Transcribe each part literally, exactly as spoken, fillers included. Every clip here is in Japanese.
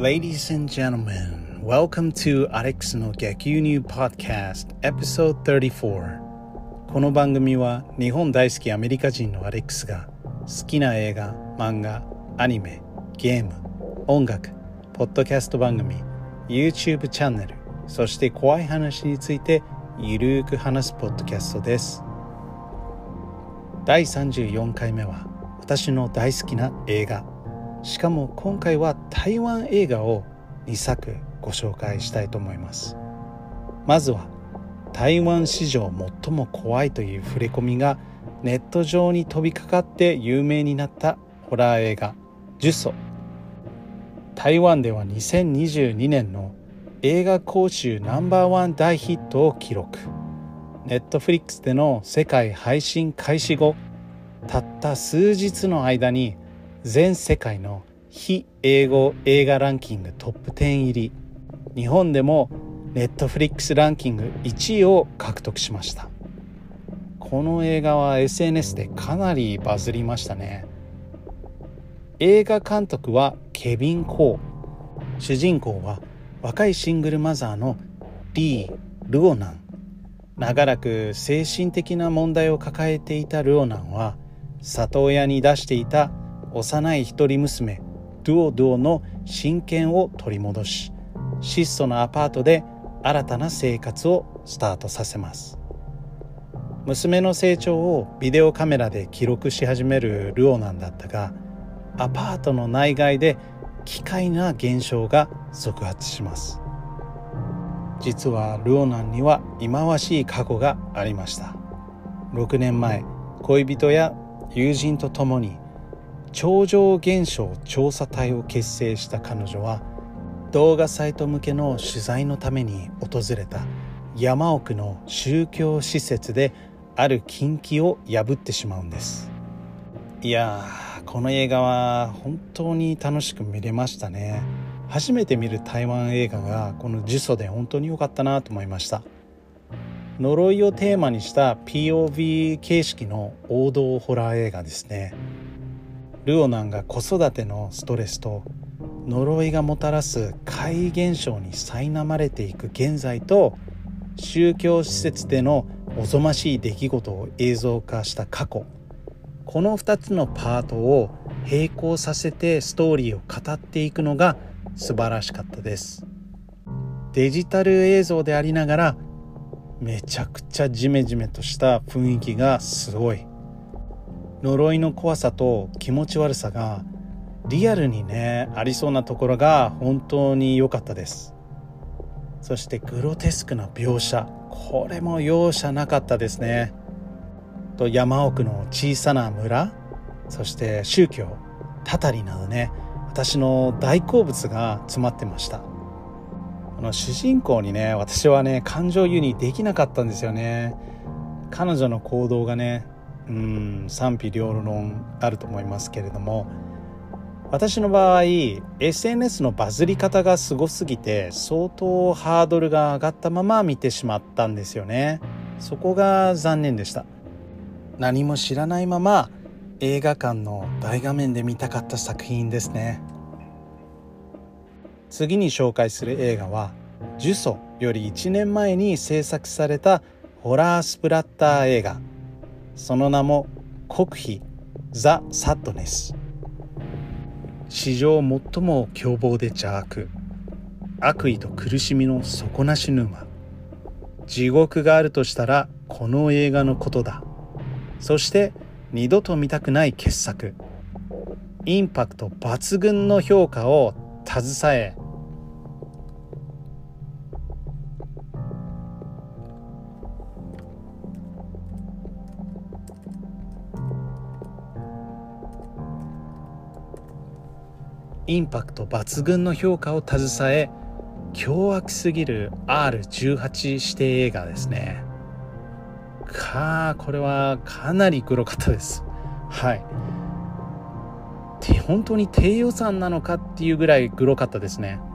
Ladies and gentlemen, welcome to アレックスの逆輸入 Podcast Episode さんじゅうよん。この番組は日本大好きアメリカ人のアレックスが好きな映画、漫画、アニメ、ゲーム、音楽、ポッドキャスト番組、YouTube チャンネル、そして怖い話についてゆるーく話すポッドキャストです。だいさんじゅうよんかいめは私の大好きな映画、しかも今回は台湾映画をにさくご紹介したいと思います。まずは台湾史上最も怖いという触れ込みがネット上に飛びかかって有名になったホラー映画呪詛。台湾ではにせんにじゅうにねんの映画興収ナンバーワン大ヒットを記録。ネットフリックスでの世界配信開始後、たった数日の間に全世界の非英語映画ランキングトップじゅう入り、日本でもネットフリックスランキングいちいを獲得しました。この映画は エスエヌエス でかなりバズりましたね。映画監督はケビン・コー。主人公は若いシングルマザーのリー・ルオナン。長らく精神的な問題を抱えていたルオナンは、里親に出していた幼い一人娘ドゥオドゥオの親権を取り戻し、質素なアパートで新たな生活をスタートさせます。娘の成長をビデオカメラで記録し始めるルオナンだったが、アパートの内外で奇怪な現象が続発します。実はルオナンには忌まわしい過去がありました。ろくねんまえ、恋人や友人と共に超常現象調査隊を結成した彼女は、動画サイト向けの取材のために訪れた山奥の宗教施設である禁忌を破ってしまうんです。いやー、この映画は本当に楽しく見れましたね。初めて見る台湾映画がこの呪詛で本当に良かったなと思いました。呪いをテーマにした ピーオーブイ 形式の王道ホラー映画ですね。ルオナンが子育てのストレスと呪いがもたらす怪異現象に苛まれていく現在と、宗教施設でのおぞましい出来事を映像化した過去、このふたつのパートを並行させてストーリーを語っていくのが素晴らしかったです。デジタル映像でありながらめちゃくちゃジメジメとした雰囲気がすごい。呪いの怖さと気持ち悪さがリアルにねありそうなところが本当に良かったです。そしてグロテスクな描写、これも容赦なかったですね。と山奥の小さな村、そして宗教、タタリなどね、私の大好物が詰まってました。この主人公にね、私はね感情移入できなかったんですよね。彼女の行動がね、うーん賛否両論あると思いますけれども、私の場合 エスエヌエス のバズり方がすごすぎて相当ハードルが上がったまま見てしまったんですよね。そこが残念でした。何も知らないまま映画館の大画面で見たかった作品ですね。次に紹介する映画は呪詛よりいちねんまえに制作されたホラースプラッター映画、その名も国秘ザ・サッドネス。史上最も凶暴で邪悪、悪意と苦しみの底なし沼、地獄があるとしたらこの映画のことだ。そして二度と見たくない傑作、インパクト抜群の評価を携え、インパクト抜群の評価を携え、凶悪すぎる アールじゅうはち 指定映画ですね。かこれはかなりグロかったです。はい。で本当に低予算なのかっていうぐらいグロかったですね。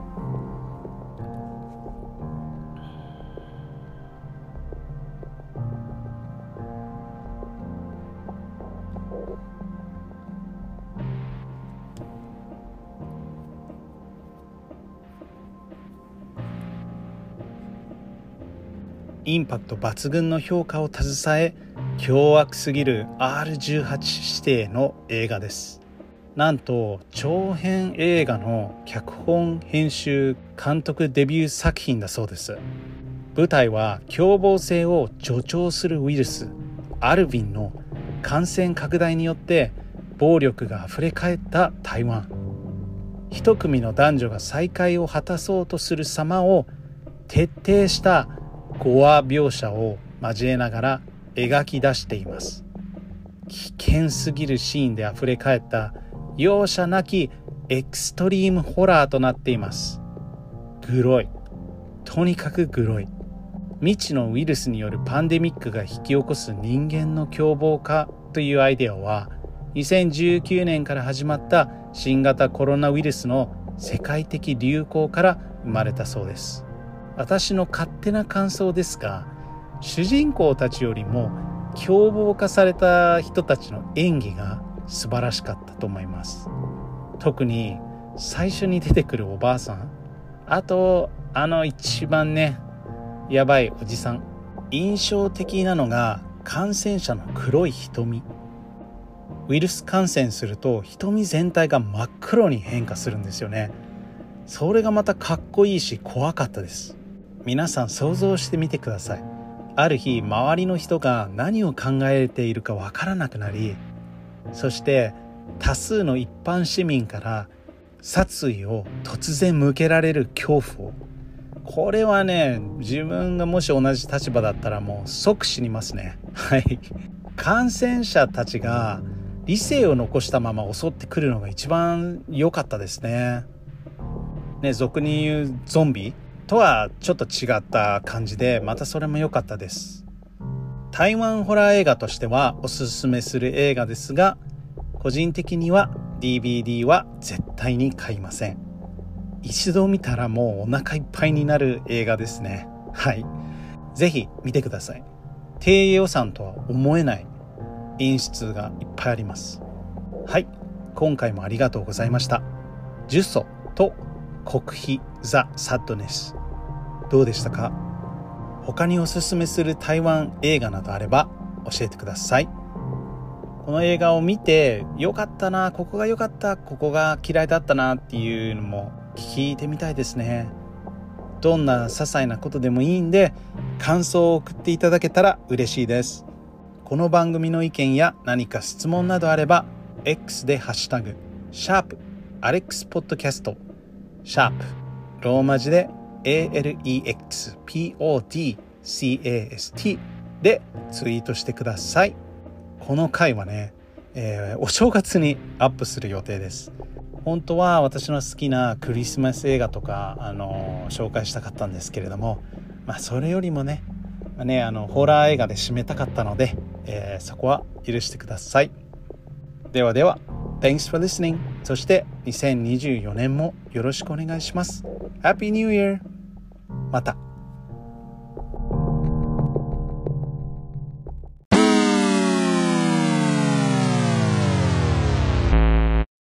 インパクト抜群の評価を携え、凶悪すぎる アールじゅうはち 指定の映画です。なんと長編映画の脚本編集監督デビュー作品だそうです。舞台は凶暴性を助長するウイルスアルビンの感染拡大によって暴力があふれかえった台湾。一組の男女が再会を果たそうとする様を徹底したゴア描写を交えながら描き出しています。危険すぎるシーンであふれかえった容赦なきエクストリームホラーとなっています。グロい。とにかくグロい。未知のウイルスによるパンデミックが引き起こす人間の凶暴化というアイデアはにせんじゅうきゅうねんから始まった新型コロナウイルスの世界的流行から生まれたそうです。私の勝手な感想ですが、主人公たちよりも凶暴化された人たちの演技が素晴らしかったと思います。特に最初に出てくるおばあさん、あとあの一番ねやばいおじさん。印象的なのが感染者の黒い瞳。ウイルス感染すると瞳全体が真っ黒に変化するんですよね。それがまたかっこいいし怖かったです。皆さん想像してみてください。ある日周りの人が何を考えているかわからなくなり、そして多数の一般市民から殺意を突然向けられる恐怖を、これはね、自分がもし同じ立場だったらもう即死にますね。はい感染者たちが理性を残したまま襲ってくるのが一番良かったですね。ね、俗に言うゾンビとはちょっと違った感じで、またそれも良かったです。台湾ホラー映画としてはおすすめする映画ですが、個人的には ディーブイディー は絶対に買いません。一度見たらもうお腹いっぱいになる映画ですね。はい、ぜひ見てください。低予算とは思えない演出がいっぱいあります。はい、今回もありがとうございました。ジュソと国費ザ・サッドネス、どうでしたか？他におすすめする台湾映画などあれば教えてください。この映画を見て良かったな、ここが良かった、ここが嫌いだったなっていうのも聞いてみたいですね。どんな些細なことでもいいんで感想を送っていただけたら嬉しいです。この番組の意見や何か質問などあれば X でハッシュタグシャープアレックスポッドキャスト、シャープローマ字で エーエルイーエックスポッドキャスト でツイートしてください。この回はね、えー、お正月にアップする予定です。本当は私の好きなクリスマス映画とか、あのー、紹介したかったんですけれども、まあ、それよりもね、まあ、ねあのホラー映画で締めたかったので、えー、そこは許してください。ではでは Thanks for listening。 そしてにせんにじゅうよねんもよろしくお願いします。 Happy New Year。 また。